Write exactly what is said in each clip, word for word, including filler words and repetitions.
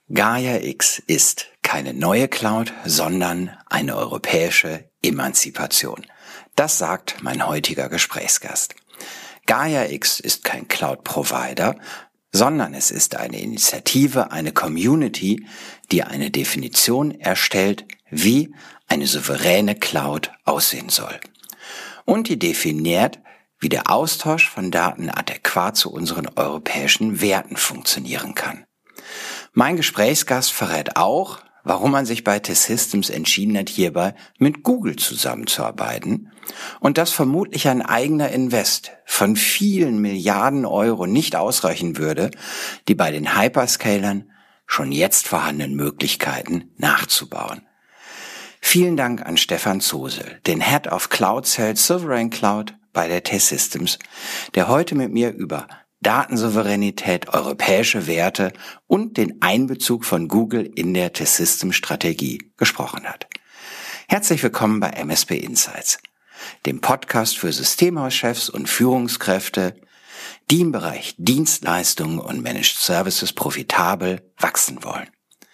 Gaia X ist keine neue Cloud, sondern eine europäische Emanzipation. Das sagt mein heutiger Gesprächsgast. Gaia X ist kein Cloud-Provider, sondern es ist eine Initiative, eine Community, die eine Definition erstellt, wie eine souveräne Cloud aussehen soll. Und die definiert, wie der Austausch von Daten adäquat zu unseren europäischen Werten funktionieren kann. Mein Gesprächsgast verrät auch, warum man sich bei T-Systems entschieden hat, hierbei mit Google zusammenzuarbeiten und dass vermutlich ein eigener Invest von vielen Milliarden Euro nicht ausreichen würde, die bei den Hyperscalern schon jetzt vorhandenen Möglichkeiten nachzubauen. Vielen Dank an Stefan Zosel, den Head of Cloud Sales Sovereign Cloud bei der T-Systems, der heute mit mir über Datensouveränität, europäische Werte und den Einbezug von Google in der T-Systems-Strategie gesprochen hat. Herzlich willkommen bei M S P Insights, dem Podcast für Systemhauschefs und Führungskräfte, die im Bereich Dienstleistungen und Managed Services profitabel wachsen wollen.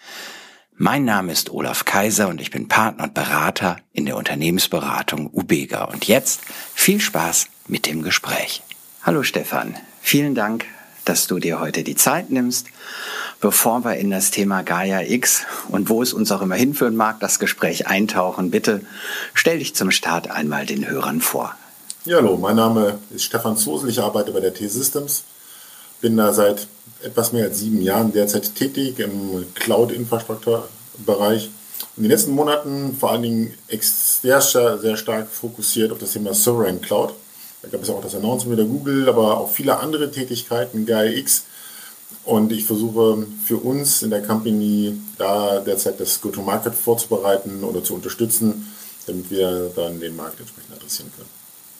Mein Name ist Olaf Kaiser und ich bin Partner und Berater in der Unternehmensberatung Ubega. Und jetzt viel Spaß mit dem Gespräch. Hallo Stefan, vielen Dank, dass du dir heute die Zeit nimmst. Bevor wir in das Thema Gaia X und wo es uns auch immer hinführen mag, das Gespräch eintauchen, bitte stell dich zum Start einmal den Hörern vor. Ja, hallo, mein Name ist Stefan Zosel, ich arbeite bei der T-Systems, bin da seit etwas mehr als sieben Jahren derzeit tätig im Cloud-Infrastrukturbereich. In den letzten Monaten vor allen Dingen sehr, sehr stark fokussiert auf das Thema Sovereign Cloud. Da gab es auch das Announcement der Google, aber auch viele andere Tätigkeiten, Gaia X. Und ich versuche für uns in der Company da derzeit das Go-to-Market vorzubereiten oder zu unterstützen, damit wir dann den Markt entsprechend adressieren können.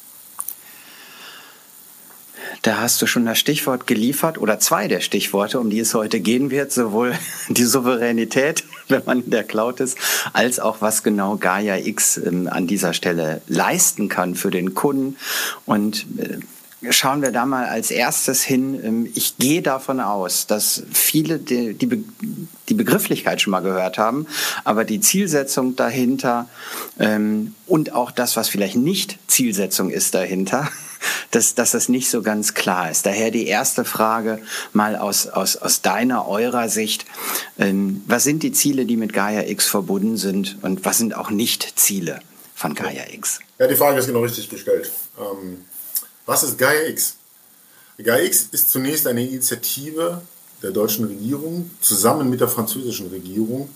Da hast du schon das Stichwort geliefert oder zwei der Stichworte, um die es heute gehen wird, sowohl die Souveränität, wenn man in der Cloud ist, als auch was genau Gaia X ähm, an dieser Stelle leisten kann für den Kunden. Und äh, schauen wir da mal als erstes hin. Ähm, ich gehe davon aus, dass viele die, die, Be- die Begrifflichkeit schon mal gehört haben, aber die Zielsetzung dahinter ähm, und auch das, was vielleicht nicht Zielsetzung ist dahinter, Dass, dass das nicht so ganz klar ist. Daher die erste Frage mal aus, aus, aus deiner, eurer Sicht. Ähm, was sind die Ziele, die mit Gaia X verbunden sind und was sind auch Nicht-Ziele von Gaia X? Ja, die Frage ist genau richtig gestellt. Ähm, was ist Gaia X? Gaia X ist zunächst eine Initiative der deutschen Regierung zusammen mit der französischen Regierung,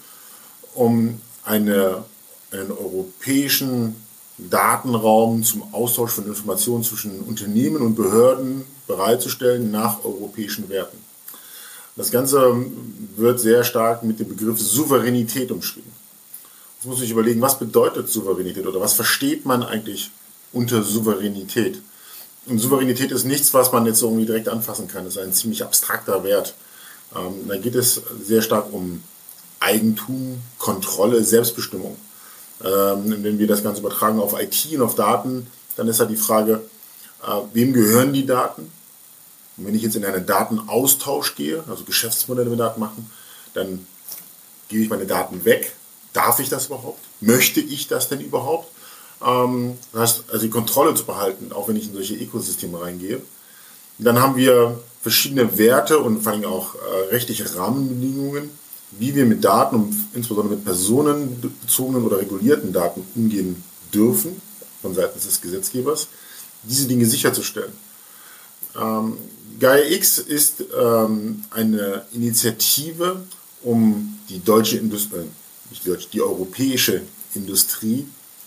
um eine, einen europäischen Datenraum zum Austausch von Informationen zwischen Unternehmen und Behörden bereitzustellen nach europäischen Werten. Das Ganze wird sehr stark mit dem Begriff Souveränität umschrieben. Jetzt muss ich überlegen, was bedeutet Souveränität oder was versteht man eigentlich unter Souveränität? Und Souveränität ist nichts, was man jetzt irgendwie direkt anfassen kann. Das ist ein ziemlich abstrakter Wert. Ähm, da geht es sehr stark um Eigentum, Kontrolle, Selbstbestimmung. Ähm, wenn wir das Ganze übertragen auf I T und auf Daten, dann ist halt die Frage, äh, wem gehören die Daten? Und wenn ich jetzt in einen Datenaustausch gehe, also Geschäftsmodelle mit Daten machen, dann gebe ich meine Daten weg. Darf ich das überhaupt? Möchte ich das denn überhaupt? Ähm, das heißt, also die Kontrolle zu behalten, auch wenn ich in solche Ökosysteme reingehe. Dann haben wir verschiedene Werte und vor allem auch äh, rechtliche Rahmenbedingungen, wie wir mit Daten und insbesondere mit personenbezogenen oder regulierten Daten umgehen dürfen, von Seiten des Gesetzgebers, diese Dinge sicherzustellen. Ähm, Gaia X ist ähm, eine Initiative, um die deutsche Industrie, nicht die deutsche, die europäische Industrie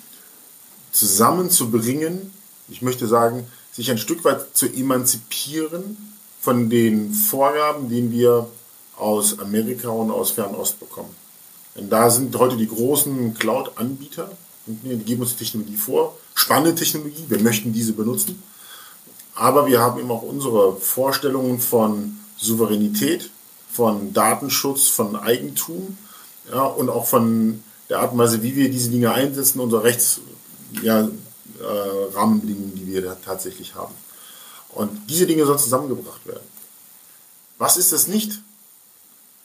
zusammenzubringen, ich möchte sagen, sich ein Stück weit zu emanzipieren von den Vorgaben, die wir aus Amerika und aus Fernost bekommen. Denn da sind heute die großen Cloud-Anbieter, die geben uns die Technologie vor, spannende Technologie, wir möchten diese benutzen, aber wir haben eben auch unsere Vorstellungen von Souveränität, von Datenschutz, von Eigentum, ja, und auch von der Art und Weise, wie wir diese Dinge einsetzen, unsere Rechtsrahmenbedingungen, ja, äh, Rahmenbedingungen, die wir da tatsächlich haben. Und diese Dinge sollen zusammengebracht werden. Was ist das nicht?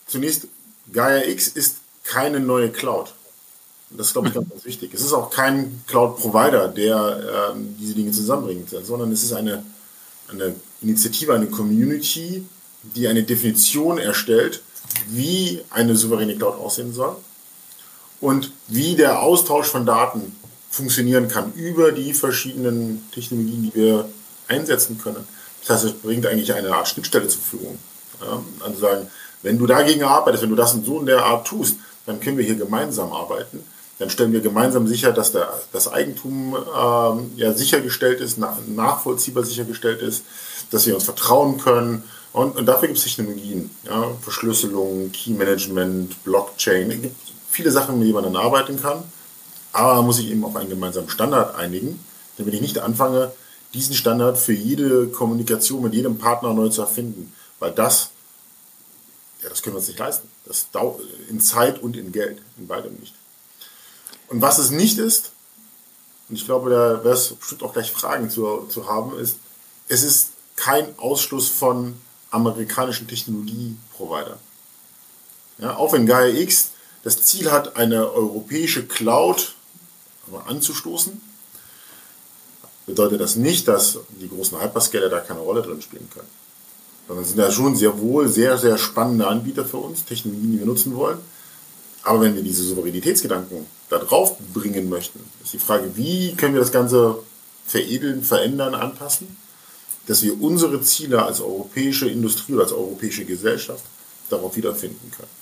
zunächst, Gaia X ist keine neue Cloud. Das ist, glaube ich, ganz, ganz wichtig. Es ist auch kein Cloud-Provider, der ähm, diese Dinge zusammenbringt, sondern es ist eine, eine Initiative, eine Community, die eine Definition erstellt, wie eine souveräne Cloud aussehen soll und wie der Austausch von Daten funktionieren kann über die verschiedenen Technologien, die wir einsetzen können. Das heißt, es bringt eigentlich eine Art Schnittstelle zur Verfügung. Ja, also sagen, wenn du dagegen arbeitest, wenn du das in so in der Art tust, dann können wir hier gemeinsam arbeiten. Dann stellen wir gemeinsam sicher, dass der, das Eigentum ähm, ja, sichergestellt ist, nach, nachvollziehbar sichergestellt ist, dass wir uns vertrauen können. Und, und dafür gibt es Technologien, ja, Verschlüsselung, Key Management, Blockchain. Es gibt viele Sachen, mit denen man dann arbeiten kann. Aber man muss sich eben auf einen gemeinsamen Standard einigen, damit ich nicht anfange, diesen Standard für jede Kommunikation mit jedem Partner neu zu erfinden. Weil das, ja, das können wir uns nicht leisten. Das dauert in Zeit und in Geld, in beidem nicht. Und was es nicht ist, und ich glaube, da wäre es bestimmt auch gleich Fragen zu, zu haben, ist, es ist kein Ausschluss von amerikanischen Technologie-Providern. Ja, auch wenn Gaia X das Ziel hat, eine europäische Cloud anzustoßen, bedeutet das nicht, dass die großen Hyperscaler da keine Rolle drin spielen können. Sondern sind da schon sehr wohl sehr, sehr spannende Anbieter für uns, Technologien, die wir nutzen wollen. Aber wenn wir diese Souveränitätsgedanken da drauf bringen möchten, ist die Frage, wie können wir das Ganze veredeln, verändern, anpassen, dass wir unsere Ziele als europäische Industrie oder als europäische Gesellschaft darauf wiederfinden können.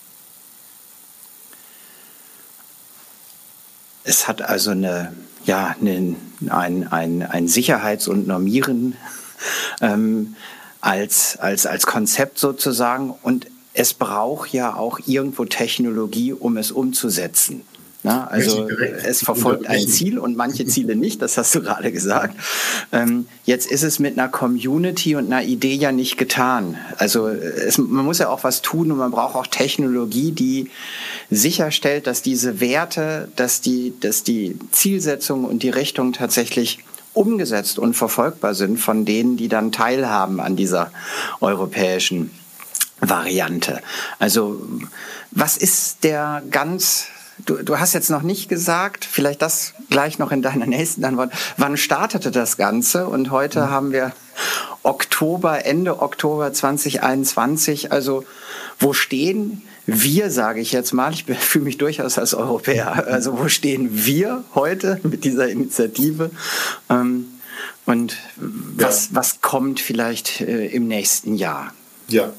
Es hat also eine, ja, eine, ein, ein, ein Sicherheits- und Normieren ähm, als, als, als Konzept sozusagen. Und es braucht ja auch irgendwo Technologie, um es umzusetzen. Na, also es verfolgt ein Ziel und manche Ziele nicht, das hast du gerade gesagt. Ähm, jetzt ist es mit einer Community und einer Idee ja nicht getan. Also es, man muss ja auch was tun und man braucht auch Technologie, die sicherstellt, dass diese Werte, dass die, dass die Zielsetzung und die Richtung tatsächlich umgesetzt und verfolgbar sind von denen, die dann teilhaben an dieser europäischen Variante. Also was ist der ganz... Du, du hast jetzt noch nicht gesagt, vielleicht das gleich noch in deiner nächsten Antwort, wann startete das Ganze? Und heute mhm. haben wir Oktober, Ende Oktober zwanzig einundzwanzig. Also wo stehen wir, sage ich jetzt mal, ich fühle mich durchaus als Europäer, also wo stehen wir heute mit dieser Initiative? Ähm, und was, ja. was kommt vielleicht äh, im nächsten Jahr? Ja,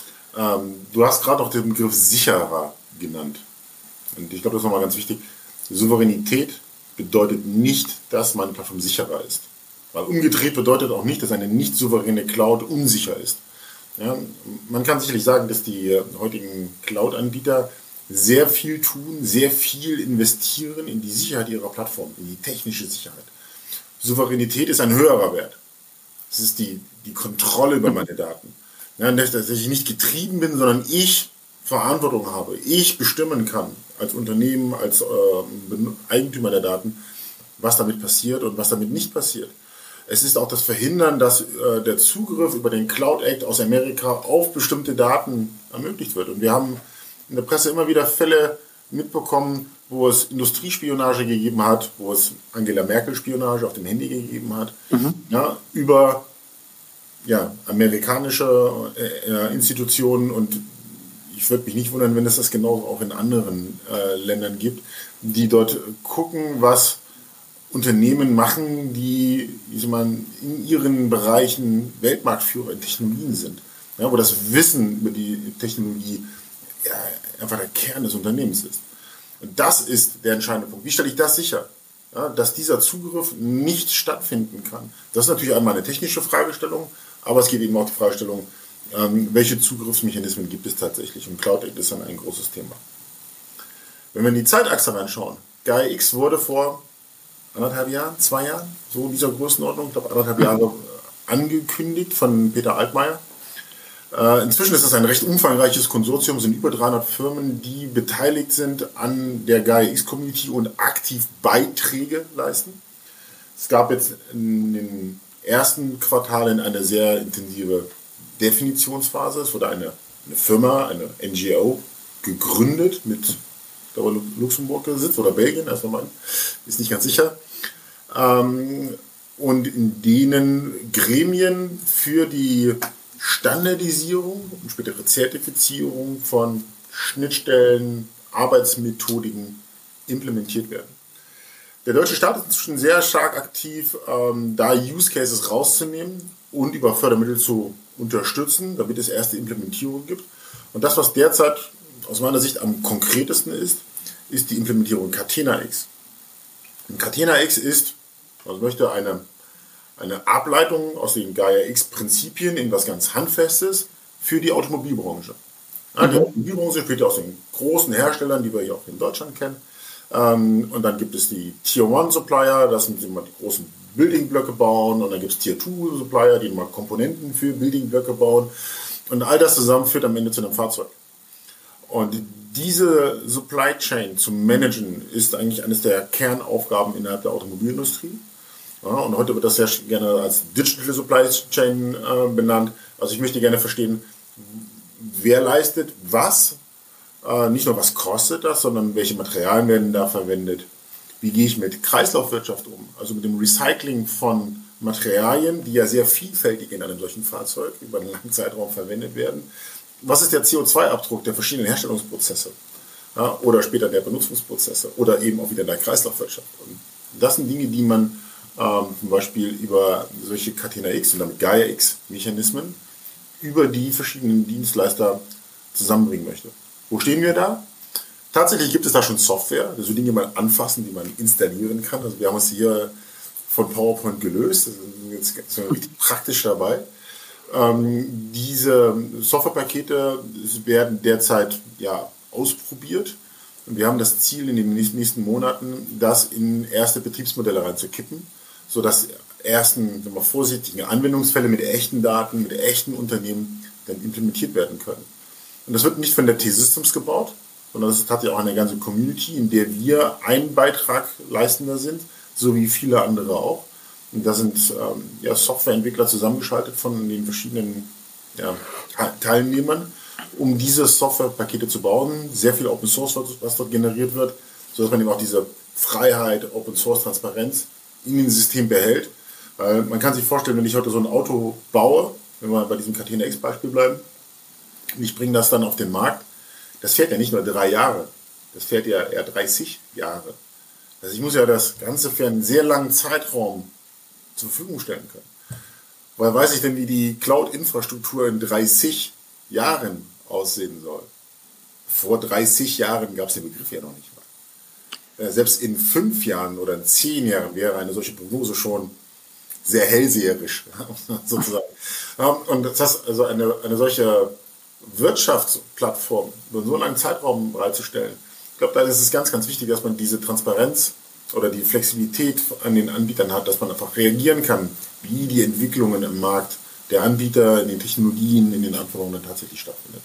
ähm, du hast gerade auch den Begriff sicherer genannt. Und ich glaube, das ist nochmal ganz wichtig. Souveränität bedeutet nicht, dass meine Plattform sicherer ist. Weil umgedreht bedeutet auch nicht, dass eine nicht souveräne Cloud unsicher ist. Ja, man kann sicherlich sagen, dass die heutigen Cloud-Anbieter sehr viel tun, sehr viel investieren in die Sicherheit ihrer Plattform, in die technische Sicherheit. Souveränität ist ein höherer Wert. Es ist die, die Kontrolle über meine Daten. Ja, dass ich nicht getrieben bin, sondern ich Verantwortung habe, ich bestimmen kann, als Unternehmen, als äh, Eigentümer der Daten, was damit passiert und was damit nicht passiert. Es ist auch das Verhindern, dass äh, der Zugriff über den Cloud Act aus Amerika auf bestimmte Daten ermöglicht wird. Und wir haben in der Presse immer wieder Fälle mitbekommen, wo es Industriespionage gegeben hat, wo es Angela Merkel-Spionage auf dem Handy gegeben hat, mhm. ja, über ja, amerikanische äh, Institutionen. Und ich würde mich nicht wundern, wenn es das genauso auch in anderen äh, Ländern gibt, die dort gucken, was Unternehmen machen, die wie soll man, in ihren Bereichen Weltmarktführer in Technologien sind. Ja, wo das Wissen über die Technologie ja, einfach der Kern des Unternehmens ist. Und das ist der entscheidende Punkt. Wie stelle ich das sicher? Ja, dass dieser Zugriff nicht stattfinden kann. Das ist natürlich einmal eine technische Fragestellung, aber es geht eben auch die Fragestellung, Ähm, welche Zugriffsmechanismen gibt es tatsächlich? Und Cloud Act ist dann ein großes Thema. Wenn wir in die Zeitachse reinschauen, Gaia X wurde vor anderthalb Jahren, zwei Jahren, so in dieser Größenordnung, ich glaube anderthalb Jahre angekündigt von Peter Altmaier. Äh, inzwischen ist das ein recht umfangreiches Konsortium, sind über dreihundert Firmen, die beteiligt sind an der Gaia X Community und aktiv Beiträge leisten. Es gab jetzt in den ersten Quartalen eine sehr intensive Definitionsphase. Es wurde eine eine Firma, eine N G O gegründet mit, ich glaube, Luxemburg sitzt oder Belgien, erstmal mal, ist nicht ganz sicher. Ähm, und in denen Gremien für die Standardisierung und spätere Zertifizierung von Schnittstellen, Arbeitsmethodiken implementiert werden. Der deutsche Staat ist inzwischen sehr stark aktiv, ähm, da Use Cases rauszunehmen und über Fördermittel zu unterstützen, damit es erste Implementierung gibt. Und das, was derzeit aus meiner Sicht am konkretesten ist, ist die Implementierung Catena-X. Und Catena-X ist, also möchte eine, eine Ableitung aus den Gaia-X-Prinzipien in was ganz Handfestes für die Automobilbranche. Ja, die Automobilbranche besteht aus den großen Herstellern, die wir hier auch in Deutschland kennen. Ähm, und dann gibt es die Tier eins Supplier, das sind immer die großen Building-Blöcke bauen. Und dann gibt es Tier zwei Supplier, die mal Komponenten für Building-Blöcke bauen. Und all das zusammen führt am Ende zu einem Fahrzeug. Und diese Supply Chain zu managen, ist eigentlich eines der Kernaufgaben innerhalb der Automobilindustrie. Ja, und heute wird das sehr gerne als Digital Supply Chain äh, benannt. Also ich möchte gerne verstehen, wer leistet was, äh, nicht nur was kostet das, sondern welche Materialien werden da verwendet. Wie gehe ich mit Kreislaufwirtschaft um, also mit dem Recycling von Materialien, die ja sehr vielfältig in einem solchen Fahrzeug über einen langen Zeitraum verwendet werden. Was ist der C O zwei Abdruck der verschiedenen Herstellungsprozesse, ja, oder später der Benutzungsprozesse oder eben auch wieder der Kreislaufwirtschaft. Und das sind Dinge, die man ähm, zum Beispiel über solche Catena-X und damit Gaia-X-Mechanismen über die verschiedenen Dienstleister zusammenbringen möchte. Wo stehen wir da? Tatsächlich gibt es da schon Software, also Dinge mal anfassen, die man installieren kann. Also wir haben es hier von PowerPoint gelöst, das ist jetzt so richtig praktisch dabei. Ähm, diese Softwarepakete werden derzeit ja, ausprobiert und wir haben das Ziel in den nächsten Monaten, das in erste Betriebsmodelle reinzukippen, sodass ersten, wenn wir vorsichtigen Anwendungsfälle mit echten Daten, mit echten Unternehmen dann implementiert werden können. Und das wird nicht von der T-Systems gebaut, sondern das hat ja auch eine ganze Community, in der wir ein Beitrag leistender sind, so wie viele andere auch. Und da sind ähm, ja, Softwareentwickler zusammengeschaltet von den verschiedenen ja, Teilnehmern, um diese Softwarepakete zu bauen. Sehr viel Open Source, was dort generiert wird, sodass man eben auch diese Freiheit, Open Source, Transparenz in dem System behält. Weil man kann sich vorstellen, wenn ich heute so ein Auto baue, wenn wir bei diesem Catena-X-Beispiel bleiben, und ich bringe das dann auf den Markt, das fährt ja nicht nur drei Jahre, das fährt ja eher dreißig Jahre. Also ich muss ja das Ganze für einen sehr langen Zeitraum zur Verfügung stellen können. Weil weiß ich denn, wie die Cloud-Infrastruktur in dreißig Jahren aussehen soll? Vor dreißig Jahren gab es den Begriff ja noch nicht mal. Selbst in fünf Jahren oder in zehn Jahren wäre eine solche Prognose schon sehr hellseherisch, sozusagen. Und das heißt, also eine, eine solche Wirtschaftsplattform über so einen langen Zeitraum bereitzustellen, ich glaube, da ist es ganz, ganz wichtig, dass man diese Transparenz oder die Flexibilität an den Anbietern hat, dass man einfach reagieren kann, wie die Entwicklungen im Markt der Anbieter, in den Technologien, in den Anforderungen tatsächlich stattfindet.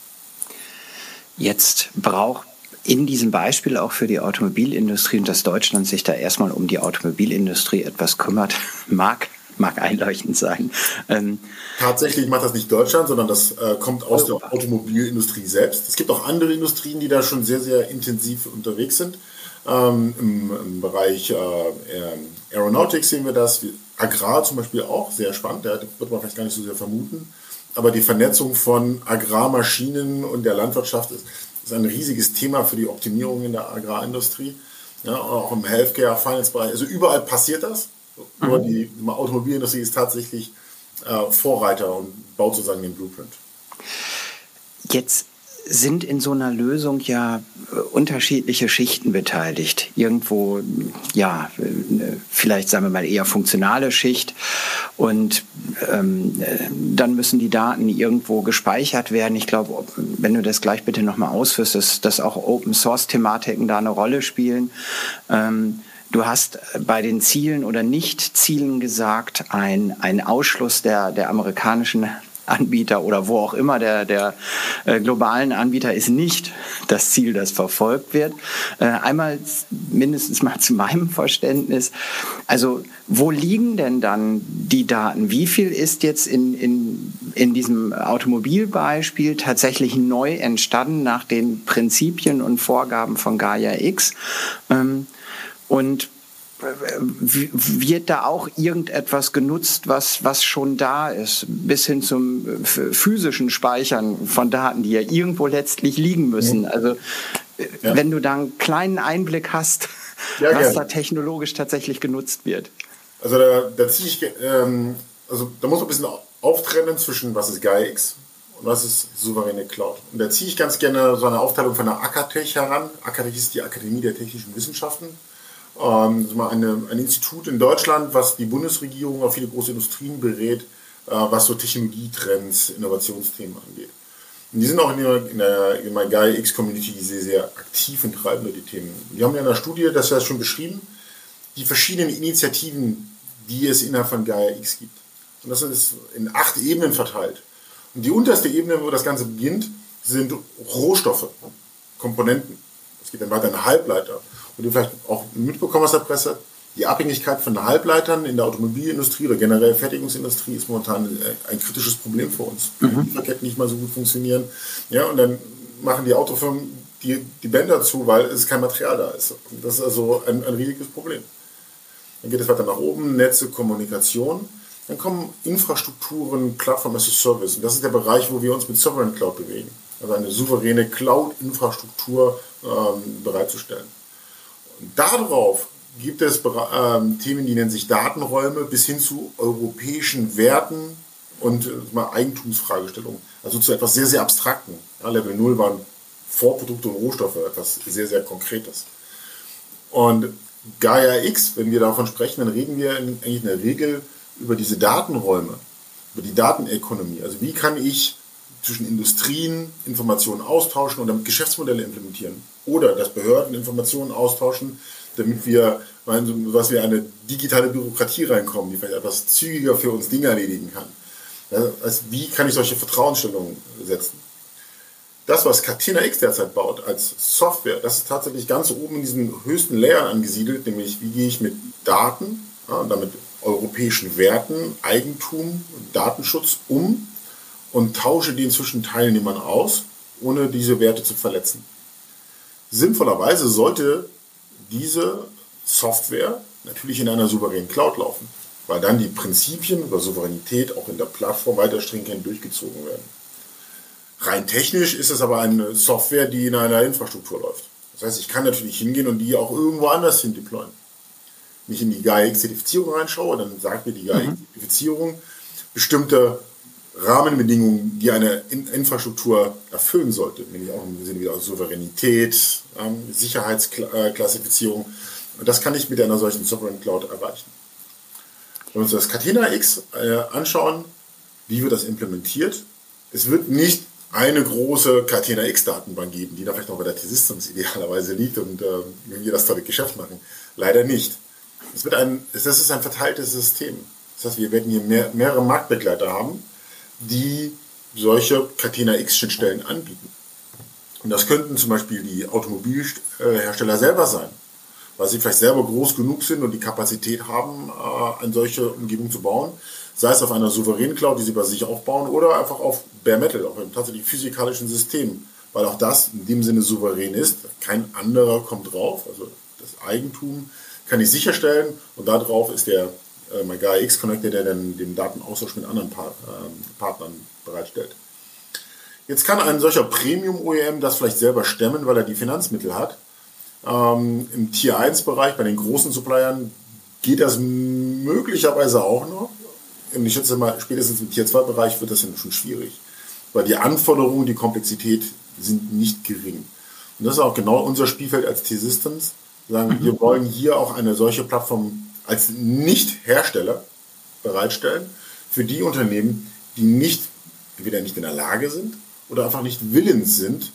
Jetzt braucht in diesem Beispiel auch für die Automobilindustrie und dass Deutschland sich da erstmal um die Automobilindustrie etwas kümmert, mag, mag einleuchtend sein. Ähm, Tatsächlich macht das nicht Deutschland, sondern das äh, kommt aus Europa. Der Automobilindustrie selbst. Es gibt auch andere Industrien, die da schon sehr, sehr intensiv unterwegs sind. Ähm, im, im Bereich äh, Aeronautics sehen wir das, Agrar zum Beispiel auch, sehr spannend, ja, das wird man vielleicht gar nicht so sehr vermuten. Aber die Vernetzung von Agrarmaschinen und der Landwirtschaft ist, ist ein riesiges Thema für die Optimierung in der Agrarindustrie, ja, auch im Healthcare, Finance-Bereich. Also überall passiert das. Mhm. Nur die, die Automobilindustrie ist tatsächlich äh, Vorreiter und baut sozusagen den Blueprint. Jetzt sind in so einer Lösung ja unterschiedliche Schichten beteiligt. Irgendwo, ja, vielleicht sagen wir mal eher funktionale Schicht und ähm, dann müssen die Daten irgendwo gespeichert werden. Ich glaube, wenn du das gleich bitte nochmal ausführst, dass, dass auch Open-Source-Thematiken da eine Rolle spielen. Ähm, Du hast bei den Zielen oder Nicht-Zielen gesagt, ein, ein Ausschluss der, der amerikanischen Anbieter oder wo auch immer der, der äh, globalen Anbieter ist nicht das Ziel, das verfolgt wird. Äh, einmal mindestens mal zu meinem Verständnis. Also wo liegen denn dann die Daten? Wie viel ist jetzt in, in, in diesem Automobilbeispiel tatsächlich neu entstanden nach den Prinzipien und Vorgaben von Gaia X. Und wird da auch irgendetwas genutzt, was, was schon da ist, bis hin zum physischen Speichern von Daten, die ja irgendwo letztlich liegen müssen. Also ja. Wenn du da einen kleinen Einblick hast, ja, was gerne. Da technologisch tatsächlich genutzt wird. Also da, da ziehe ich, ähm, also da muss man ein bisschen auftrennen zwischen was ist Gaia X und was ist souveräne Cloud. Und da ziehe ich ganz gerne so eine Aufteilung von der Akatech heran. Akatech ist die Akademie der Technischen Wissenschaften. Ähm, das ist mal eine, ein Institut in Deutschland, was die Bundesregierung auf viele große Industrien berät, äh, was so Technologietrends, Innovationsthemen angeht. Und die sind auch in der, in der, in der Gaia X-Community sehr, sehr aktiv und treiben die Themen. Wir haben ja in der Studie, das ja schon beschrieben, die verschiedenen Initiativen, die es innerhalb von Gaia X gibt. Und das ist in acht Ebenen verteilt. Und die unterste Ebene, wo das Ganze beginnt, sind Rohstoffe, Komponenten. Es geht dann weiter in Halbleiter. Und du vielleicht auch mitbekommen aus der Presse, die Abhängigkeit von Halbleitern in der Automobilindustrie oder generell Fertigungsindustrie ist momentan ein kritisches Problem für uns. Mhm. Die Lieferketten nicht mal so gut funktionieren. Ja, und dann machen die Autofirmen die, die Bänder zu, weil es kein Material da ist. Und das ist also ein, ein riesiges Problem. Dann geht es weiter nach oben, Netze, Kommunikation. Dann kommen Infrastrukturen, Plattform as a Service. Und das ist der Bereich, wo wir uns mit Sovereign Cloud bewegen. Also eine souveräne Cloud-Infrastruktur ähm, bereitzustellen. Und darauf gibt es ähm, Themen, die nennen sich Datenräume, bis hin zu europäischen Werten und äh, mal Eigentumsfragestellungen. Also zu etwas sehr, sehr Abstrakten. Ja, Level null waren Vorprodukte und Rohstoffe, etwas sehr, sehr Konkretes. Und Gaia X, wenn wir davon sprechen, dann reden wir in, eigentlich in der Regel über diese Datenräume, über die Datenökonomie. Also wie kann ich zwischen Industrien Informationen austauschen und damit Geschäftsmodelle implementieren? Oder dass Behörden Informationen austauschen, damit wir, was wir eine digitale Bürokratie reinkommen, die vielleicht etwas zügiger für uns Dinge erledigen kann. Also wie kann ich solche Vertrauensstellungen setzen? Das, was Catena X derzeit baut als Software, das ist tatsächlich ganz oben in diesen höchsten Layern angesiedelt, nämlich wie gehe ich mit Daten, ja, und damit europäischen Werten, Eigentum, Datenschutz um und tausche den zwischen Teilnehmern aus, ohne diese Werte zu verletzen. Sinnvollerweise sollte diese Software natürlich in einer souveränen Cloud laufen, weil dann die Prinzipien über Souveränität auch in der Plattform weiter stringent durchgezogen werden. Rein technisch ist es aber eine Software, die in einer Infrastruktur läuft. Das heißt, ich kann natürlich hingehen und die auch irgendwo anders hin deployen. Wenn ich in die Gaia X-Zertifizierung reinschaue, dann sagt mir die Gaia X-Zertifizierung bestimmte Rahmenbedingungen, die eine Infrastruktur erfüllen sollte, nämlich auch im Sinne wieder Souveränität, ähm, Sicherheitsklassifizierung. Und das kann ich mit einer solchen Sovereign Cloud erreichen. Wenn wir uns das Catena X äh, anschauen, wie wird das implementiert? Es wird nicht eine große Catena X-Datenbank geben, die da vielleicht noch bei der T-Systems idealerweise liegt und äh, wir das tolle Geschäft machen. Leider nicht. Es wird ein, das ist ein verteiltes System. Das heißt, wir werden hier mehr, mehrere Marktbegleiter haben, die solche Catena X-Schnittstellen anbieten. Und das könnten zum Beispiel die Automobilhersteller selber sein, weil sie vielleicht selber groß genug sind und die Kapazität haben, eine solche Umgebung zu bauen. Sei es auf einer souveränen Cloud, die sie bei sich aufbauen, oder einfach auf Bare Metal, auf einem tatsächlich physikalischen System, weil auch das in dem Sinne souverän ist. Kein anderer kommt drauf, also das Eigentum kann ich sicherstellen und darauf ist der äh, Gaia X Connector, der dann den Datenaustausch mit anderen Part, äh, Partnern bereitstellt. Jetzt kann ein solcher Premium-O E M das vielleicht selber stemmen, weil er die Finanzmittel hat. Ähm, Im Tier eins Bereich, bei den großen Suppliern, geht das möglicherweise auch noch. Und ich schätze mal, spätestens im Tier zwei Bereich wird das dann schon schwierig. Weil die Anforderungen, die Komplexität sind nicht gering. Und das ist auch genau unser Spielfeld als T-Systems. Wir sagen, mhm. wir wollen hier auch eine solche Plattform als Nicht-Hersteller bereitstellen für die Unternehmen, die nicht, entweder nicht in der Lage sind oder einfach nicht willens sind,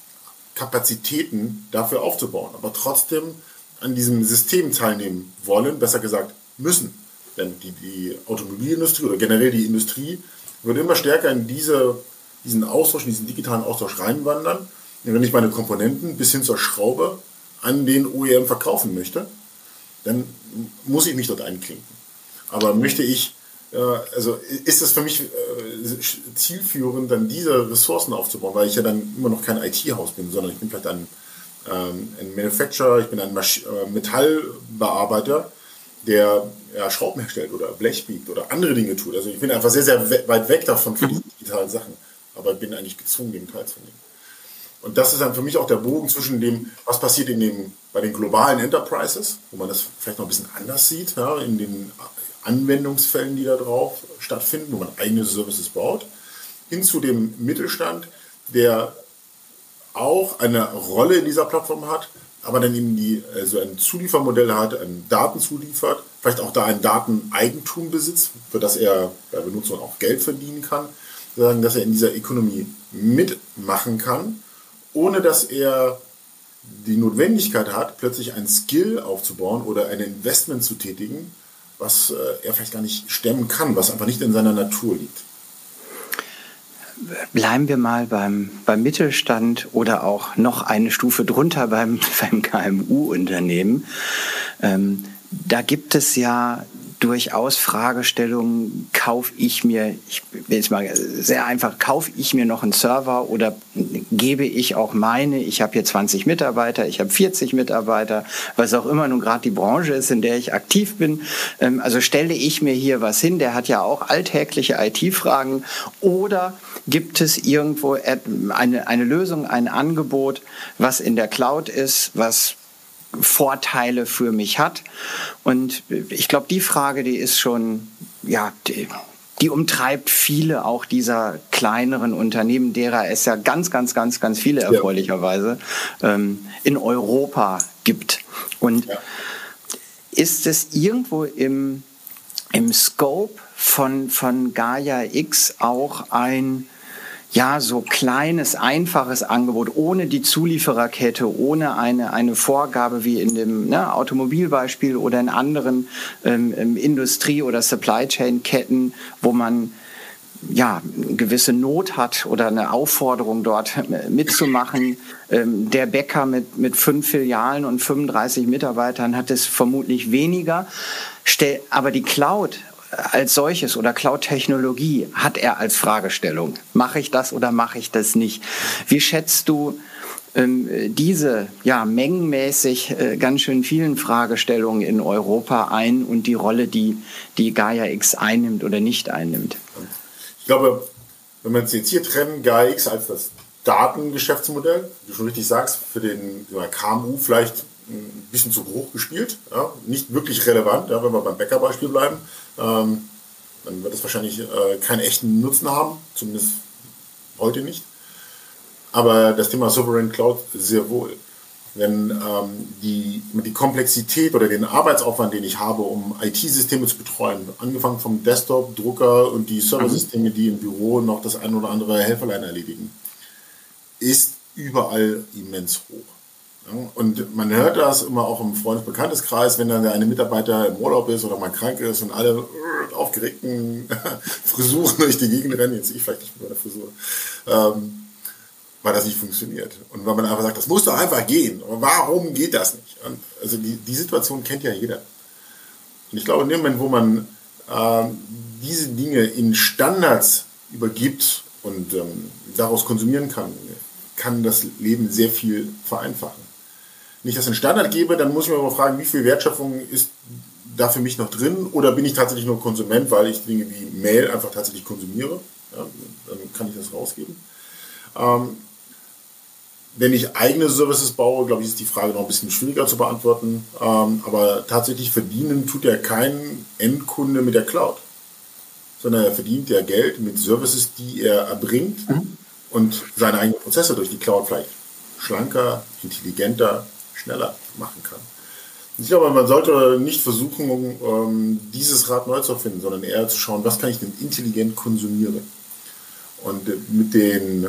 Kapazitäten dafür aufzubauen, aber trotzdem an diesem System teilnehmen wollen, besser gesagt müssen. Denn die, die Automobilindustrie oder generell die Industrie wird immer stärker in diese, diesen Austausch, in diesen digitalen Austausch reinwandern. Und wenn ich meine Komponenten bis hin zur Schraube an den O E M verkaufen möchte, dann muss ich mich dort einklinken. Aber möchte ich Also ist es für mich zielführend, dann diese Ressourcen aufzubauen, weil ich ja dann immer noch kein I T-Haus bin, sondern ich bin vielleicht ein, ein Manufacturer, ich bin ein Metallbearbeiter, der ja, Schrauben herstellt oder Blech biegt oder andere Dinge tut. Also ich bin einfach sehr, sehr weit weg davon für die digitalen Sachen, aber bin eigentlich gezwungen, dem teilzunehmen. Und das ist dann für mich auch der Bogen zwischen dem, was passiert in dem, bei den globalen Enterprises, wo man das vielleicht noch ein bisschen anders sieht, ja, in den Anwendungsfällen, die da drauf stattfinden, wo man eigene Services baut, hin zu dem Mittelstand, der auch eine Rolle in dieser Plattform hat, aber dann eben die, also ein Zuliefermodell hat, einen Daten zuliefert, vielleicht auch da ein Dateneigentum besitzt, für das er bei Benutzern auch Geld verdienen kann, sagen, dass er in dieser Ökonomie mitmachen kann, ohne dass er die Notwendigkeit hat, plötzlich ein Skill aufzubauen oder ein Investment zu tätigen, was er vielleicht gar nicht stemmen kann, was einfach nicht in seiner Natur liegt. Bleiben wir mal beim, beim Mittelstand oder auch noch eine Stufe drunter beim, beim K M U-Unternehmen. Ähm, da gibt es ja durchaus Fragestellungen, kaufe ich mir, ich will jetzt mal sehr einfach, kaufe ich mir noch einen Server oder gebe ich auch meine, ich habe hier zwanzig Mitarbeiter, ich habe vierzig Mitarbeiter, was auch immer nun gerade die Branche ist, in der ich aktiv bin. Also stelle ich mir hier was hin, der hat ja auch alltägliche I T-Fragen, oder gibt es irgendwo eine, eine Lösung, ein Angebot, was in der Cloud ist, was Vorteile für mich hat. Und ich glaube, die Frage, die ist schon, ja, die, die umtreibt viele auch dieser kleineren Unternehmen, derer es ja ganz, ganz, ganz, ganz viele erfreulicherweise ähm, in Europa gibt. Und ja. Ist es irgendwo im, im Scope von, von Gaia X auch ein ja, so kleines, einfaches Angebot, ohne die Zuliefererkette, ohne eine, eine Vorgabe wie in dem ne, Automobilbeispiel oder in anderen ähm, Industrie- oder Supply-Chain-Ketten, wo man ja, eine gewisse Not hat oder eine Aufforderung dort mitzumachen. Ähm, der Bäcker mit, mit fünf Filialen und fünfunddreißig Mitarbeitern hat es vermutlich weniger. Stell, aber die Cloud als solches oder Cloud-Technologie hat er als Fragestellung. Mache ich das oder mache ich das nicht? Wie schätzt du ähm, diese ja, mengenmäßig äh, ganz schön vielen Fragestellungen in Europa ein und die Rolle, die, die Gaia X einnimmt oder nicht einnimmt? Ich glaube, wenn wir uns jetzt hier trennen, Gaia X als das Datengeschäftsmodell, wie du schon richtig sagst, für den K M U vielleicht ein bisschen zu hoch gespielt, ja, nicht wirklich relevant, ja, wenn wir beim Bäckerbeispiel bleiben, ähm, dann wird es wahrscheinlich äh, keinen echten Nutzen haben, zumindest heute nicht. Aber das Thema Sovereign Cloud sehr wohl. Wenn ähm, die, die Komplexität oder den Arbeitsaufwand, den ich habe, um I T-Systeme zu betreuen, angefangen vom Desktop, Drucker und die Serversysteme, die im Büro noch das ein oder andere Helferlein erledigen, ist überall immens hoch. Und man hört das immer auch im Freundes-Bekanntes-Kreis, wenn dann der eine Mitarbeiter im Urlaub ist oder mal krank ist und alle aufgeregten Frisuren durch die Gegend rennen, jetzt ich vielleicht nicht mit meiner Frisur, ähm, weil das nicht funktioniert. Und weil man einfach sagt, das muss doch einfach gehen. Aber warum geht das nicht? Und also die, die Situation kennt ja jeder. Und ich glaube, in dem Moment, wo man ähm, diese Dinge in Standards übergibt und ähm, daraus konsumieren kann, kann das Leben sehr viel vereinfachen. Wenn ich das einen Standard gebe, dann muss ich mir aber fragen, wie viel Wertschöpfung ist da für mich noch drin, oder bin ich tatsächlich nur Konsument, weil ich Dinge wie Mail einfach tatsächlich konsumiere. Ja, dann kann ich das rausgeben. Ähm, wenn ich eigene Services baue, glaube ich, ist die Frage noch ein bisschen schwieriger zu beantworten. Ähm, aber tatsächlich verdienen tut ja kein Endkunde mit der Cloud, sondern er verdient ja Geld mit Services, die er erbringt, mhm, und seine eigenen Prozesse durch die Cloud vielleicht schlanker, intelligenter, schneller machen kann. Ich glaube, man sollte nicht versuchen, dieses Rad neu zu erfinden, sondern eher zu schauen, was kann ich denn intelligent konsumieren. Und mit, den,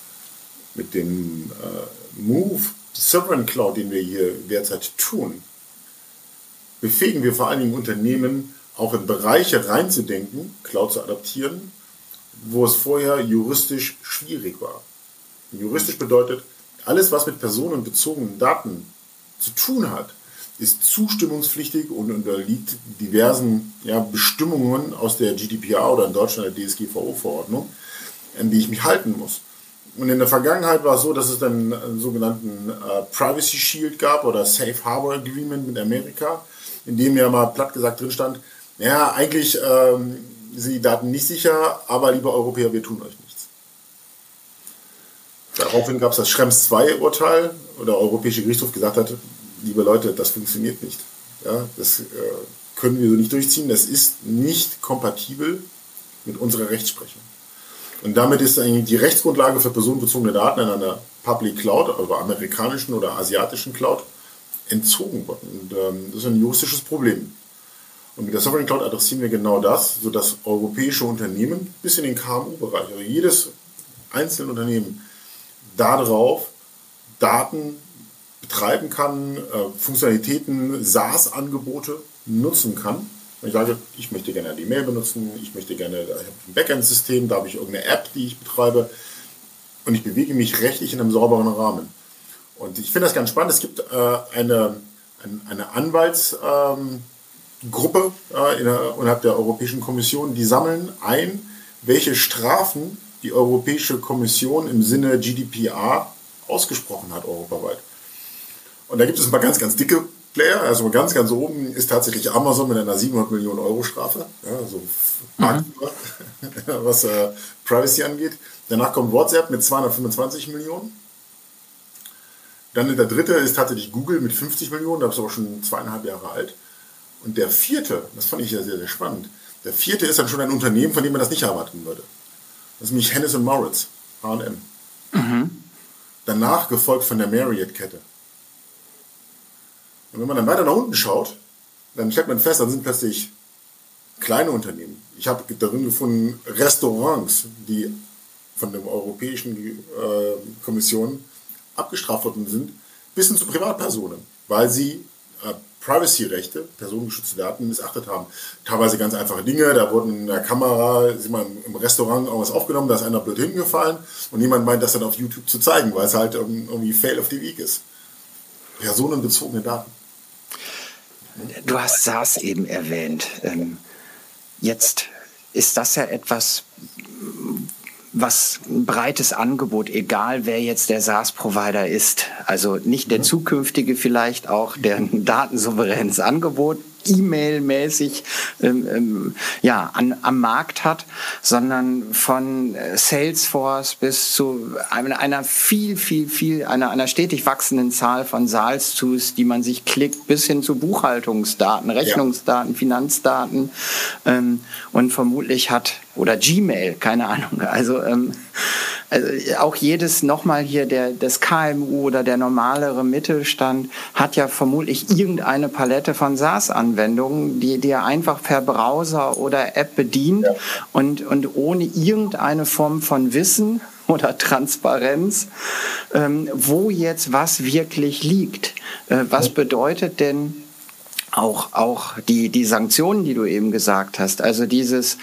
mit dem Move Sovereign Cloud, den wir hier derzeit tun, befähigen wir vor allen Dingen Unternehmen, auch in Bereiche reinzudenken, Cloud zu adaptieren, wo es vorher juristisch schwierig war. Juristisch bedeutet, alles, was mit personenbezogenen Daten zu tun hat, ist zustimmungspflichtig und unterliegt diversen ja, Bestimmungen aus der G D P R oder in Deutschland der D S G V O-Verordnung, an die ich mich halten muss. Und in der Vergangenheit war es so, dass es dann einen sogenannten äh, Privacy Shield gab oder Safe Harbor Agreement mit Amerika, in dem ja mal platt gesagt drin stand, ja, eigentlich ähm, sind die Daten nicht sicher, aber liebe Europäer, wir tun euch nichts. Daraufhin gab es das Schrems zwei Urteil, wo der Europäische Gerichtshof gesagt hat, liebe Leute, das funktioniert nicht. Ja, das äh, können wir so nicht durchziehen, das ist nicht kompatibel mit unserer Rechtsprechung. Und damit ist eigentlich die Rechtsgrundlage für personenbezogene Daten in einer Public Cloud, also amerikanischen oder asiatischen Cloud, entzogen worden. Und ähm, das ist ein juristisches Problem. Und mit der Sovereign Cloud adressieren wir genau das, sodass europäische Unternehmen bis in den K M U-Bereich, also jedes einzelne Unternehmen, darauf Daten betreiben kann, äh, Funktionalitäten, SaaS-Angebote nutzen kann. Ich sage, ich möchte gerne die Mail benutzen, ich möchte gerne, ich habe ein Backend-System, da habe ich irgendeine App, die ich betreibe und ich bewege mich rechtlich in einem sauberen Rahmen. Und ich finde das ganz spannend. Es gibt äh, eine, eine, eine Anwaltsgruppe ähm, äh, innerhalb der Europäischen Kommission, die sammeln ein, welche Strafen die Europäische Kommission im Sinne G D P R ausgesprochen hat europaweit. Und da gibt es ein paar ganz, ganz dicke Player, also ganz, ganz oben ist tatsächlich Amazon mit einer siebenhundert Millionen Euro Strafe, ja, also Marktführer, mhm. was äh, Privacy angeht. Danach kommt WhatsApp mit zweihundertfünfundzwanzig Millionen. Dann der dritte ist tatsächlich Google mit fünfzig Millionen, da ist aber schon zweieinhalb Jahre alt. Und der vierte, das fand ich ja sehr, sehr spannend, der vierte ist dann schon ein Unternehmen, von dem man das nicht erwarten würde. Das ist nämlich Hennes und Mauritz, H und M. Mhm. Danach gefolgt von der Marriott-Kette. Und wenn man dann weiter nach unten schaut, dann stellt man fest, dann sind plötzlich kleine Unternehmen. Ich habe darin gefunden Restaurants, die von der Europäischen äh, Kommission abgestraft worden sind, bis hin zu Privatpersonen, weil sie äh, Privacy-Rechte, personengeschützte Daten missachtet haben. Teilweise ganz einfache Dinge, da wurden in der Kamera, sind wir im Restaurant irgendwas aufgenommen, da ist einer blöd hingefallen und niemand meint, das dann auf YouTube zu zeigen, weil es halt irgendwie Fail of the Week ist. Personenbezogene Daten. Du hast SaaS eben erwähnt. Jetzt ist das ja etwas, was ein breites Angebot, egal wer jetzt der SaaS-Provider ist. Also nicht der zukünftige, vielleicht auch der ein datensouveränes Angebot, E-Mail-mäßig ähm, ähm, ja, an, am Markt hat, sondern von Salesforce bis zu einer, einer viel, viel, viel, einer, einer stetig wachsenden Zahl von SaaS-Tools, die man sich klickt, bis hin zu Buchhaltungsdaten, Rechnungsdaten, ja. Finanzdaten ähm, und vermutlich hat, oder Gmail, keine Ahnung, also, ähm, also auch jedes nochmal hier, der, das K M U oder der normalere Mittelstand hat ja vermutlich irgendeine Palette von SaaS-Anwendungen, die, die er einfach per Browser oder App bedient, ja. und, und ohne irgendeine Form von Wissen oder Transparenz, ähm, wo jetzt was wirklich liegt. Äh, was bedeutet denn auch, auch die, die Sanktionen, die du eben gesagt hast, also dieses...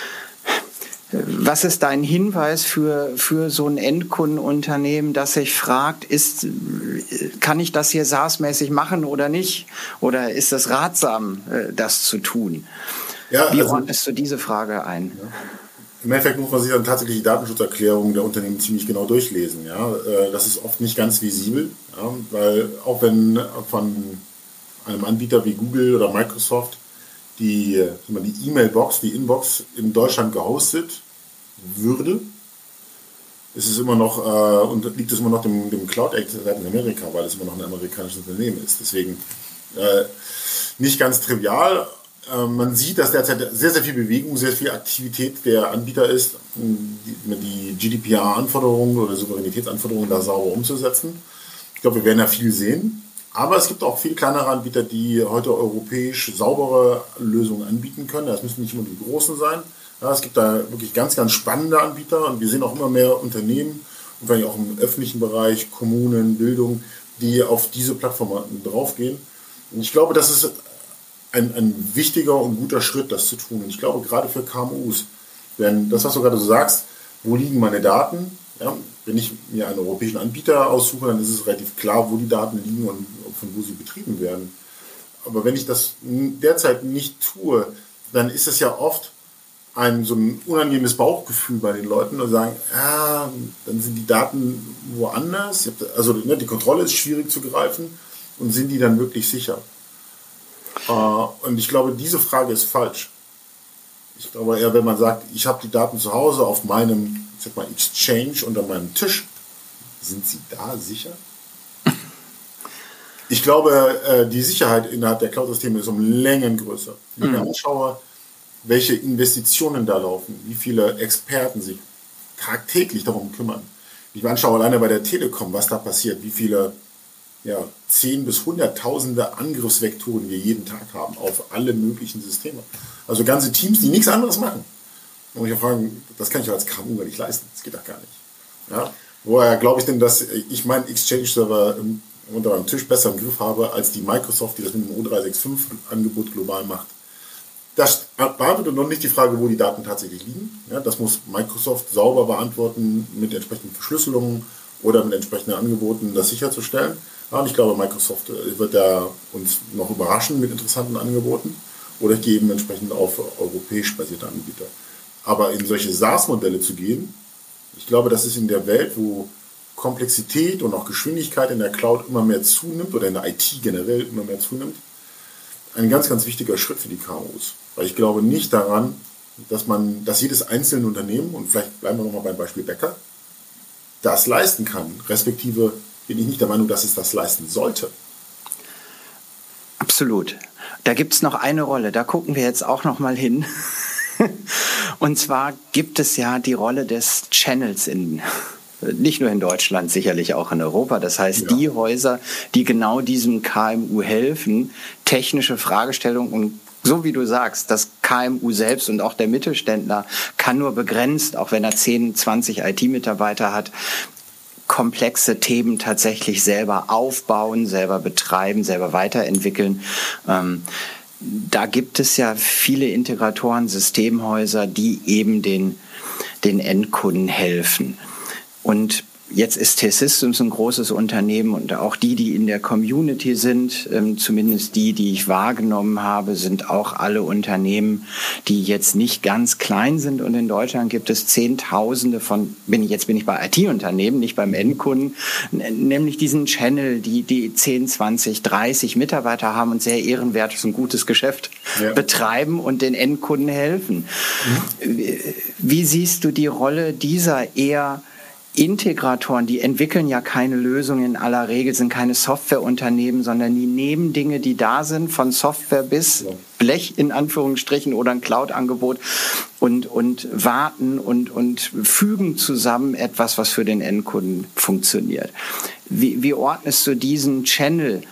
Was ist dein Hinweis für, für so ein Endkundenunternehmen, das sich fragt, ist, kann ich das hier SaaS-mäßig machen oder nicht? Oder ist es ratsam, das zu tun? Ja, Wie also, ordnest du diese Frage ein? Ja. Im Endeffekt muss man sich dann tatsächlich die Datenschutzerklärung der Unternehmen ziemlich genau durchlesen. Ja? Das ist oft nicht ganz visibel, ja? Weil auch wenn von einem Anbieter wie Google oder Microsoft die die E-Mail-Box, die Inbox in Deutschland gehostet würde, ist es immer noch, äh, und liegt es immer noch dem, dem Cloud Act in Amerika, weil es immer noch ein amerikanisches Unternehmen ist. Deswegen äh, nicht ganz trivial. Äh, man sieht, dass derzeit sehr, sehr viel Bewegung, sehr viel Aktivität der Anbieter ist, die, die G D P R-Anforderungen oder Souveränitätsanforderungen da sauber umzusetzen. Ich glaube, wir werden da viel sehen. Aber es gibt auch viele kleinere Anbieter, die heute europäisch saubere Lösungen anbieten können. Das müssen nicht immer die großen sein. Ja, es gibt da wirklich ganz, ganz spannende Anbieter und wir sehen auch immer mehr Unternehmen und vielleicht auch im öffentlichen Bereich, Kommunen, Bildung, die auf diese Plattformen draufgehen. Und ich glaube, das ist ein, ein wichtiger und guter Schritt, das zu tun. Und ich glaube, gerade für K M Us, denn das, was du gerade so sagst, wo liegen meine Daten? Ja, wenn ich mir einen europäischen Anbieter aussuche, dann ist es relativ klar, wo die Daten liegen und von wo sie betrieben werden. Aber wenn ich das derzeit nicht tue, dann ist es ja oft ein so ein unangenehmes Bauchgefühl bei den Leuten und sagen, ah, dann sind die Daten woanders. Also ne, die Kontrolle ist schwierig zu greifen und sind die dann wirklich sicher? Äh, und ich glaube, diese Frage ist falsch. Ich glaube eher, wenn man sagt, ich habe die Daten zu Hause auf meinem, ich sag mal, Exchange unter meinem Tisch, sind sie da sicher? Ich glaube, die Sicherheit innerhalb der Cloud-Systeme ist um Längen größer. Wenn ich mir anschaue, welche Investitionen da laufen, wie viele Experten sich tagtäglich darum kümmern. Wenn ich mir anschaue, alleine bei der Telekom, was da passiert, wie viele ja, zehn bis hunderttausende Angriffsvektoren wir jeden Tag haben auf alle möglichen Systeme. Also ganze Teams, die nichts anderes machen. Und ich fragen, das kann ich ja als K M U gar nicht leisten. Das geht doch gar nicht. Ja? Woher glaube ich denn, dass ich meinen Exchange-Server unter meinem Tisch besser im Griff habe, als die Microsoft, die das mit dem O drei sechs fünf Angebot global macht? Das beantwortet noch nicht die Frage, wo die Daten tatsächlich liegen. Ja, das muss Microsoft sauber beantworten mit entsprechenden Verschlüsselungen oder mit entsprechenden Angeboten, das sicherzustellen. Ja, und ich glaube, Microsoft wird da uns noch überraschen mit interessanten Angeboten oder geben entsprechend auf europäisch basierte Anbieter. Aber in solche SaaS-Modelle zu gehen, ich glaube, das ist in der Welt, wo Komplexität und auch Geschwindigkeit in der Cloud immer mehr zunimmt oder in der I T generell immer mehr zunimmt, ein ganz, ganz wichtiger Schritt für die K M Us. Weil ich glaube nicht daran, dass man, dass jedes einzelne Unternehmen, und vielleicht bleiben wir nochmal beim Beispiel Bäcker, das leisten kann. Respektive bin ich nicht der Meinung, dass es das leisten sollte. Absolut. Da gibt es noch eine Rolle, da gucken wir jetzt auch noch mal hin. Und zwar gibt es ja die Rolle des Channels in, nicht nur in Deutschland, sicherlich auch in Europa. Das heißt, ja. die Häuser, die genau diesem K M U helfen, technische Fragestellungen und so wie du sagst, das K M U selbst und auch der Mittelständler kann nur begrenzt, auch wenn er zehn, zwanzig I T-Mitarbeiter hat, komplexe Themen tatsächlich selber aufbauen, selber betreiben, selber weiterentwickeln. Ähm, Da gibt es ja viele Integratoren, Systemhäuser, die eben den, den Endkunden helfen. Und jetzt ist T-Systems ein großes Unternehmen und auch die, die in der Community sind, ähm, zumindest die, die ich wahrgenommen habe, sind auch alle Unternehmen, die jetzt nicht ganz klein sind. Und in Deutschland gibt es Zehntausende von, bin ich, jetzt bin ich bei I T-Unternehmen, nicht beim Endkunden, nämlich diesen Channel, die, die zehn, zwanzig, dreißig Mitarbeiter haben und sehr ehrenwertes und gutes Geschäft ja. betreiben und den Endkunden helfen. Mhm. Wie, wie siehst du die Rolle dieser eher Integratoren, die entwickeln ja keine Lösungen in aller Regel, sind keine Softwareunternehmen, sondern die nehmen Dinge, die da sind, von Software bis ja. Blech in Anführungsstrichen oder ein Cloud-Angebot und, und warten und, und fügen zusammen etwas, was für den Endkunden funktioniert. Wie, wie ordnest du diesen Channel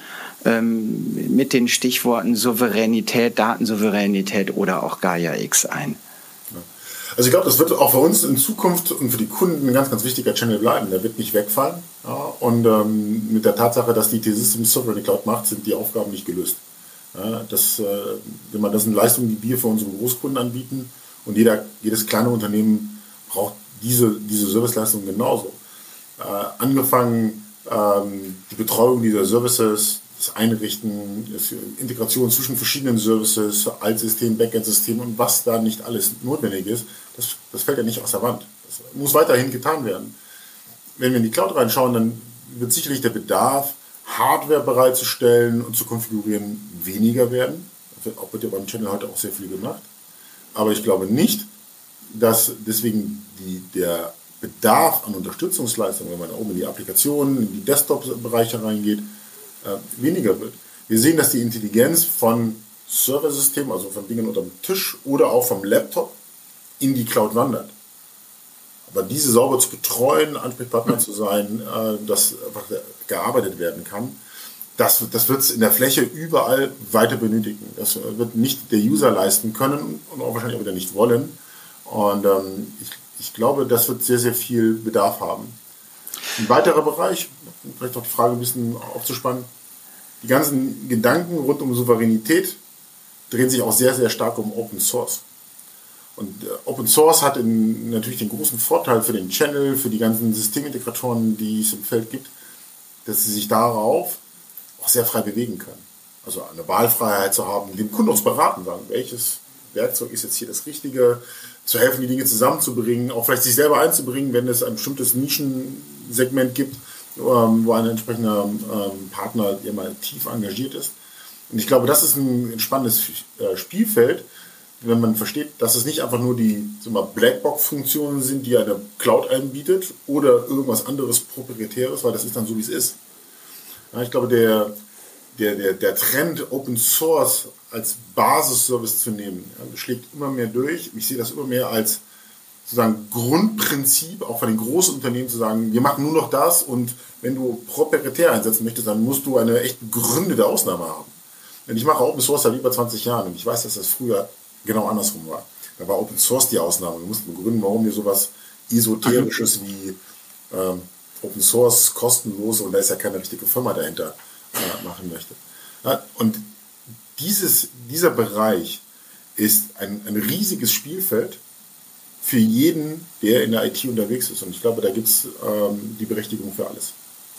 ähm, mit den Stichworten Souveränität, Datensouveränität oder auch Gaia X ein? Also ich glaube, das wird auch für uns in Zukunft und für die Kunden ein ganz, ganz wichtiger Channel bleiben. Der wird nicht wegfallen. Ja, und ähm, mit der Tatsache, dass die T-Systems Software in der Cloud macht, sind die Aufgaben nicht gelöst. Ja, das, äh, wenn man das sind Leistungen, die wir für unsere Großkunden anbieten und jeder, jedes kleine Unternehmen braucht diese, diese Serviceleistungen genauso. Äh, angefangen ähm, die Betreuung dieser Services, das Einrichten, das Integration zwischen verschiedenen Services, Altsystem, Backend-System und was da nicht alles notwendig ist, das, das fällt ja nicht aus der Wand. Das muss weiterhin getan werden. Wenn wir in die Cloud reinschauen, dann wird sicherlich der Bedarf, Hardware bereitzustellen und zu konfigurieren, weniger werden. Das wird, auch, wird ja beim Channel heute auch sehr viel gemacht. Aber ich glaube nicht, dass deswegen die, der Bedarf an Unterstützungsleistungen, wenn man oben in die Applikationen, in die Desktop-Bereiche reingeht, weniger wird. Wir sehen, dass die Intelligenz von Serversystemen, also von Dingen unter dem Tisch oder auch vom Laptop in die Cloud wandert. Aber diese sauber zu betreuen, Ansprechpartner zu sein, dass einfach gearbeitet werden kann, das, das wird es in der Fläche überall weiter benötigen. Das wird nicht der User leisten können und auch wahrscheinlich auch wieder nicht wollen. Und ähm, ich, ich glaube, das wird sehr, sehr viel Bedarf haben. Ein weiterer Bereich, vielleicht noch die Frage ein bisschen aufzuspannen, die ganzen Gedanken rund um Souveränität drehen sich auch sehr, sehr stark um Open Source. Und äh, Open Source hat in, natürlich den großen Vorteil für den Channel, für die ganzen Systemintegratoren, die es im Feld gibt, dass sie sich darauf auch sehr frei bewegen können. Also eine Wahlfreiheit zu haben, den Kunden auch zu beraten, sagen, welches Werkzeug ist jetzt hier das Richtige, zu helfen, die Dinge zusammenzubringen, auch vielleicht sich selber einzubringen, wenn es ein bestimmtes Nischensegment gibt, wo ein entsprechender Partner immer tief engagiert ist. Und ich glaube, das ist ein spannendes Spielfeld, wenn man versteht, dass es nicht einfach nur die Blackbox-Funktionen sind, die eine Cloud anbietet oder irgendwas anderes Proprietäres, weil das ist dann so, wie es ist. Ja, ich glaube, der, der, der, der Trend, Open Source als Basisservice zu nehmen, ja, schlägt immer mehr durch. Ich sehe das immer mehr als sozusagen Grundprinzip, auch von den großen Unternehmen zu sagen, wir machen nur noch das und wenn du proprietär einsetzen möchtest, dann musst du eine echt gegründete Ausnahme haben. Denn ich mache Open Source seit über zwanzig Jahren und ich weiß, dass das früher genau andersrum war. Da war Open Source die Ausnahme. Wir mussten begründen, warum wir sowas Esoterisches wie ähm, Open Source kostenlos, und da ist ja keine richtige Firma dahinter, äh, machen möchte. Ja, und dieses, dieser Bereich ist ein, ein riesiges Spielfeld für jeden, der in der I T unterwegs ist. Und ich glaube, da gibt es ähm, die Berechtigung für alles.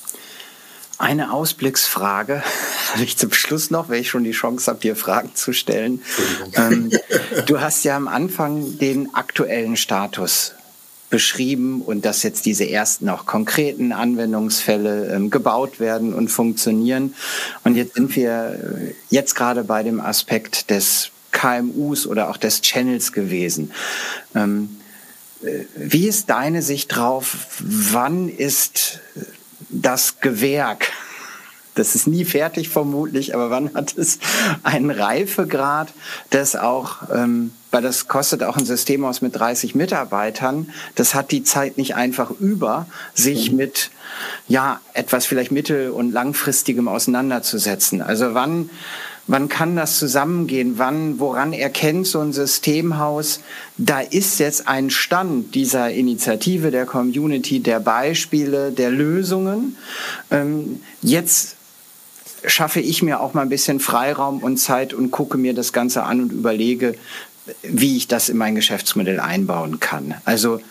Eine Ausblicksfrage habe ich zum Schluss noch, wenn ich schon die Chance habe, dir Fragen zu stellen. Ähm, du hast ja am Anfang den aktuellen Status beschrieben und dass jetzt diese ersten auch konkreten Anwendungsfälle ähm, gebaut werden und funktionieren. Und jetzt sind wir jetzt gerade bei dem Aspekt des K M Us oder auch des Channels gewesen. Ähm, wie ist deine Sicht drauf? Wann ist das Gewerk, das ist nie fertig vermutlich, aber wann hat es einen Reifegrad, das auch, ähm, weil das kostet auch ein System aus mit dreißig Mitarbeitern, das hat die Zeit nicht einfach über, sich mit ja etwas vielleicht mittel- und langfristigem auseinanderzusetzen. Also wann Wann kann das zusammengehen? Wann, woran erkennt so ein Systemhaus, da ist jetzt ein Stand dieser Initiative, der Community, der Beispiele, der Lösungen. Ähm, jetzt schaffe ich mir auch mal ein bisschen Freiraum und Zeit und gucke mir das Ganze an und überlege, wie ich das in mein Geschäftsmodell einbauen kann. Also,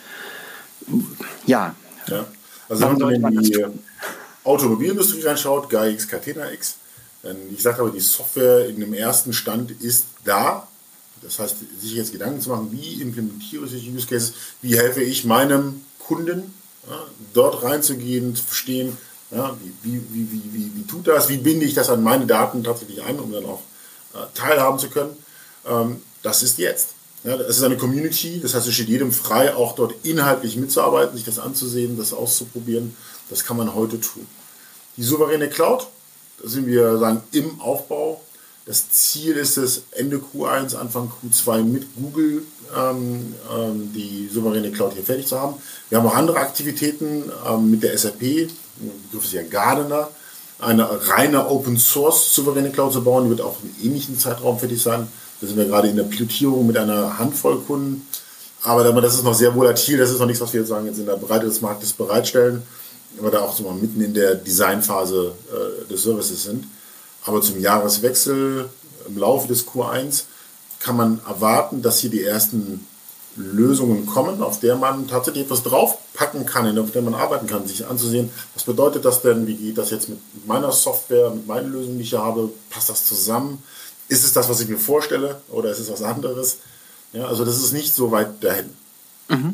ja. ja. Also wenn man in die Automobilindustrie reinschaut, G A I X, Catena X, wie gesagt habe, die Software in dem ersten Stand ist da. Das heißt, sich jetzt Gedanken zu machen, wie implementiere ich solche Use Cases, wie helfe ich meinem Kunden, ja, dort reinzugehen, zu verstehen, ja, wie, wie, wie, wie, wie, wie tut das, wie binde ich das an meine Daten tatsächlich an, um dann auch äh, teilhaben zu können. Ähm, das ist jetzt. Ja, es ist eine Community, das heißt, es steht jedem frei, auch dort inhaltlich mitzuarbeiten, sich das anzusehen, das auszuprobieren. Das kann man heute tun. Die souveräne Cloud, da sind wir sagen, im Aufbau. Das Ziel ist es, Ende Q eins, Anfang Q zwei mit Google ähm, ähm, die souveräne Cloud hier fertig zu haben. Wir haben auch andere Aktivitäten ähm, mit der S A P, der Begriff ist ja Gardener, eine reine Open Source souveräne Cloud zu bauen. Die wird auch im ähnlichen Zeitraum fertig sein. Da sind wir gerade in der Pilotierung mit einer Handvoll Kunden. Aber das ist noch sehr volatil. Das ist noch nichts, was wir jetzt sagen, jetzt in der Breite des Marktes bereitstellen. Aber da auch so mal mitten in der Designphase äh, des Services sind. Aber zum Jahreswechsel im Laufe des Q eins kann man erwarten, dass hier die ersten Lösungen kommen, auf der man tatsächlich etwas draufpacken kann, auf der man arbeiten kann, sich anzusehen, was bedeutet das denn, wie geht das jetzt mit meiner Software, mit meinen Lösungen, die ich hier habe, passt das zusammen? Ist es das, was ich mir vorstelle, oder ist es was anderes? Ja, also das ist nicht so weit dahin. Mhm.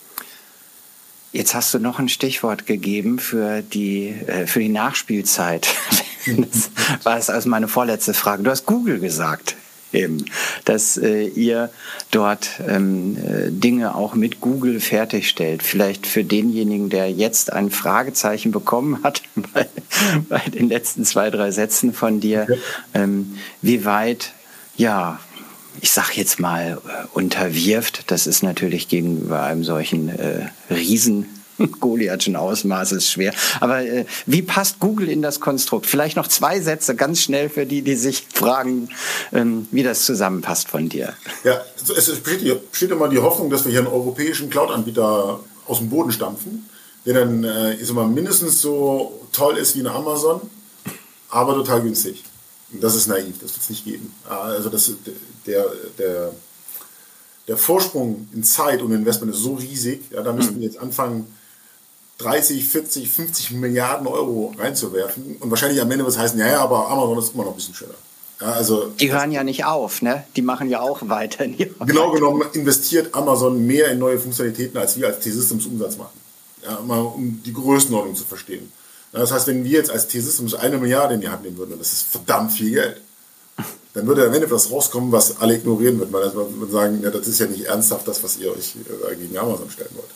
Jetzt hast du noch ein Stichwort gegeben für die, für die Nachspielzeit. Das war es also meine vorletzte Frage. Du hast Google gesagt, eben, dass äh, ihr dort ähm, Dinge auch mit Google fertigstellt. Vielleicht für denjenigen, der jetzt ein Fragezeichen bekommen hat bei, bei den letzten zwei, drei Sätzen von dir, ähm, wie weit, ja, ich sag jetzt mal, unterwirft. Das ist natürlich gegenüber einem solchen äh, Riesen Goliathschen Ausmaßes schwer. Aber äh, wie passt Google in das Konstrukt? Vielleicht noch zwei Sätze ganz schnell für die, die sich fragen, ähm, wie das zusammenpasst von dir. Ja, es besteht, besteht immer die Hoffnung, dass wir hier einen europäischen Cloud-Anbieter aus dem Boden stampfen, der dann äh, ist immer mindestens so toll ist wie eine Amazon, aber total günstig. Das ist naiv, das wird es nicht geben. Also das, der, der, der Vorsprung in Zeit und Investment ist so riesig, ja, da müssten wir jetzt anfangen, dreißig, vierzig, fünfzig Milliarden Euro reinzuwerfen. Und wahrscheinlich am Ende wird es heißen, ja, ja, aber Amazon ist immer noch ein bisschen schöner. Ja, also, die hören ja nicht auf, ne? Die machen ja auch weiter. Genau genommen investiert Amazon mehr in neue Funktionalitäten, als wir als T-Systems Umsatz machen. Ja, mal um die Größenordnung zu verstehen. Ja, das heißt, wenn wir jetzt als T-Systems eine Milliarde in die Hand nehmen würden, und das ist verdammt viel Geld, dann würde am Ende etwas rauskommen, was alle ignorieren würden, weil man sagen, ja, das ist ja nicht ernsthaft das, was ihr euch gegen Amazon stellen wollt.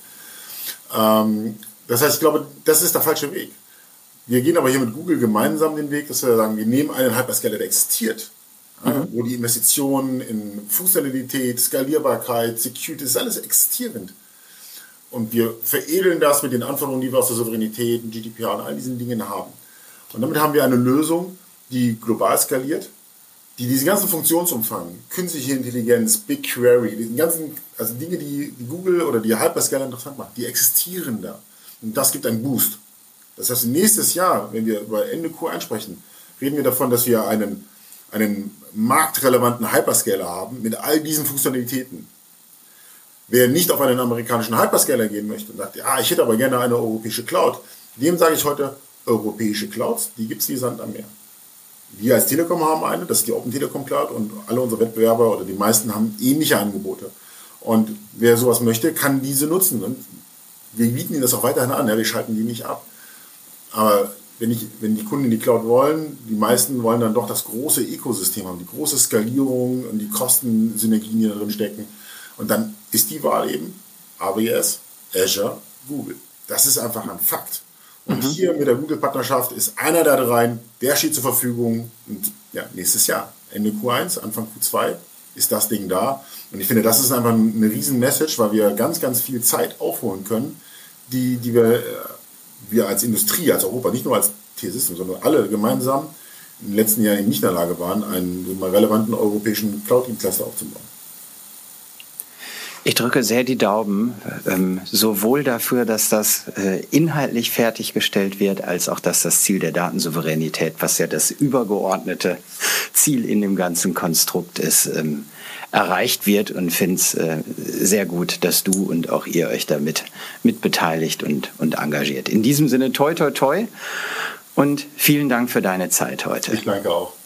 Ähm, das heißt, ich glaube, das ist der falsche Weg. Wir gehen aber hier mit Google gemeinsam den Weg, dass wir sagen, wir nehmen einen Hyperscaler, der existiert, mhm. ja, wo die Investitionen in Funktionalität, Skalierbarkeit, Security, das ist alles existierend. Und wir veredeln das mit den Anforderungen, die wir aus der Souveränität, G D P R und all diesen Dingen haben. Und damit haben wir eine Lösung, die global skaliert, die diesen ganzen Funktionsumfang, künstliche Intelligenz, BigQuery, die ganzen, also Dinge, die, die Google oder die Hyperscaler interessant machen, die existieren da. Und das gibt einen Boost. Das heißt, nächstes Jahr, wenn wir über Ende Q eins sprechen, reden wir davon, dass wir einen, einen marktrelevanten Hyperscaler haben mit all diesen Funktionalitäten. Wer nicht auf einen amerikanischen Hyperscaler gehen möchte und sagt, ja, ich hätte aber gerne eine europäische Cloud, dem sage ich heute, europäische Clouds, die gibt es wie Sand am Meer. Wir als Telekom haben eine, das ist die Open Telekom Cloud, und alle unsere Wettbewerber oder die meisten haben ähnliche Angebote. Und wer sowas möchte, kann diese nutzen. Und wir bieten ihnen das auch weiterhin an, ja, wir schalten die nicht ab. Aber wenn, ich, wenn die Kunden in die Cloud wollen, die meisten wollen dann doch das große Ökosystem haben, die große Skalierung und die Kostensynergien, die da drin stecken. Und dann ist die Wahl eben A W S, Azure, Google. Das ist einfach ein Fakt. Und mhm. hier mit der Google-Partnerschaft ist einer der dreien, der steht zur Verfügung. Und ja, nächstes Jahr, Ende Q eins, Anfang Q zwei, ist das Ding da. Und ich finde, das ist einfach eine riesen Message, weil wir ganz, ganz viel Zeit aufholen können, die, die wir... wir als Industrie, als Europa, nicht nur als T-Systems, sondern alle gemeinsam in den letzten Jahren nicht in der Lage waren, einen relevanten europäischen Cloud-Dienstleister aufzubauen. Ich drücke sehr die Daumen, ähm, sowohl dafür, dass das äh, inhaltlich fertiggestellt wird, als auch, dass das Ziel der Datensouveränität, was ja das übergeordnete Ziel in dem ganzen Konstrukt ist, ähm, erreicht wird, und finde es äh, sehr gut, dass du und auch ihr euch damit mit beteiligt und, und engagiert. In diesem Sinne, toi, toi, toi, und vielen Dank für deine Zeit heute. Ich danke auch.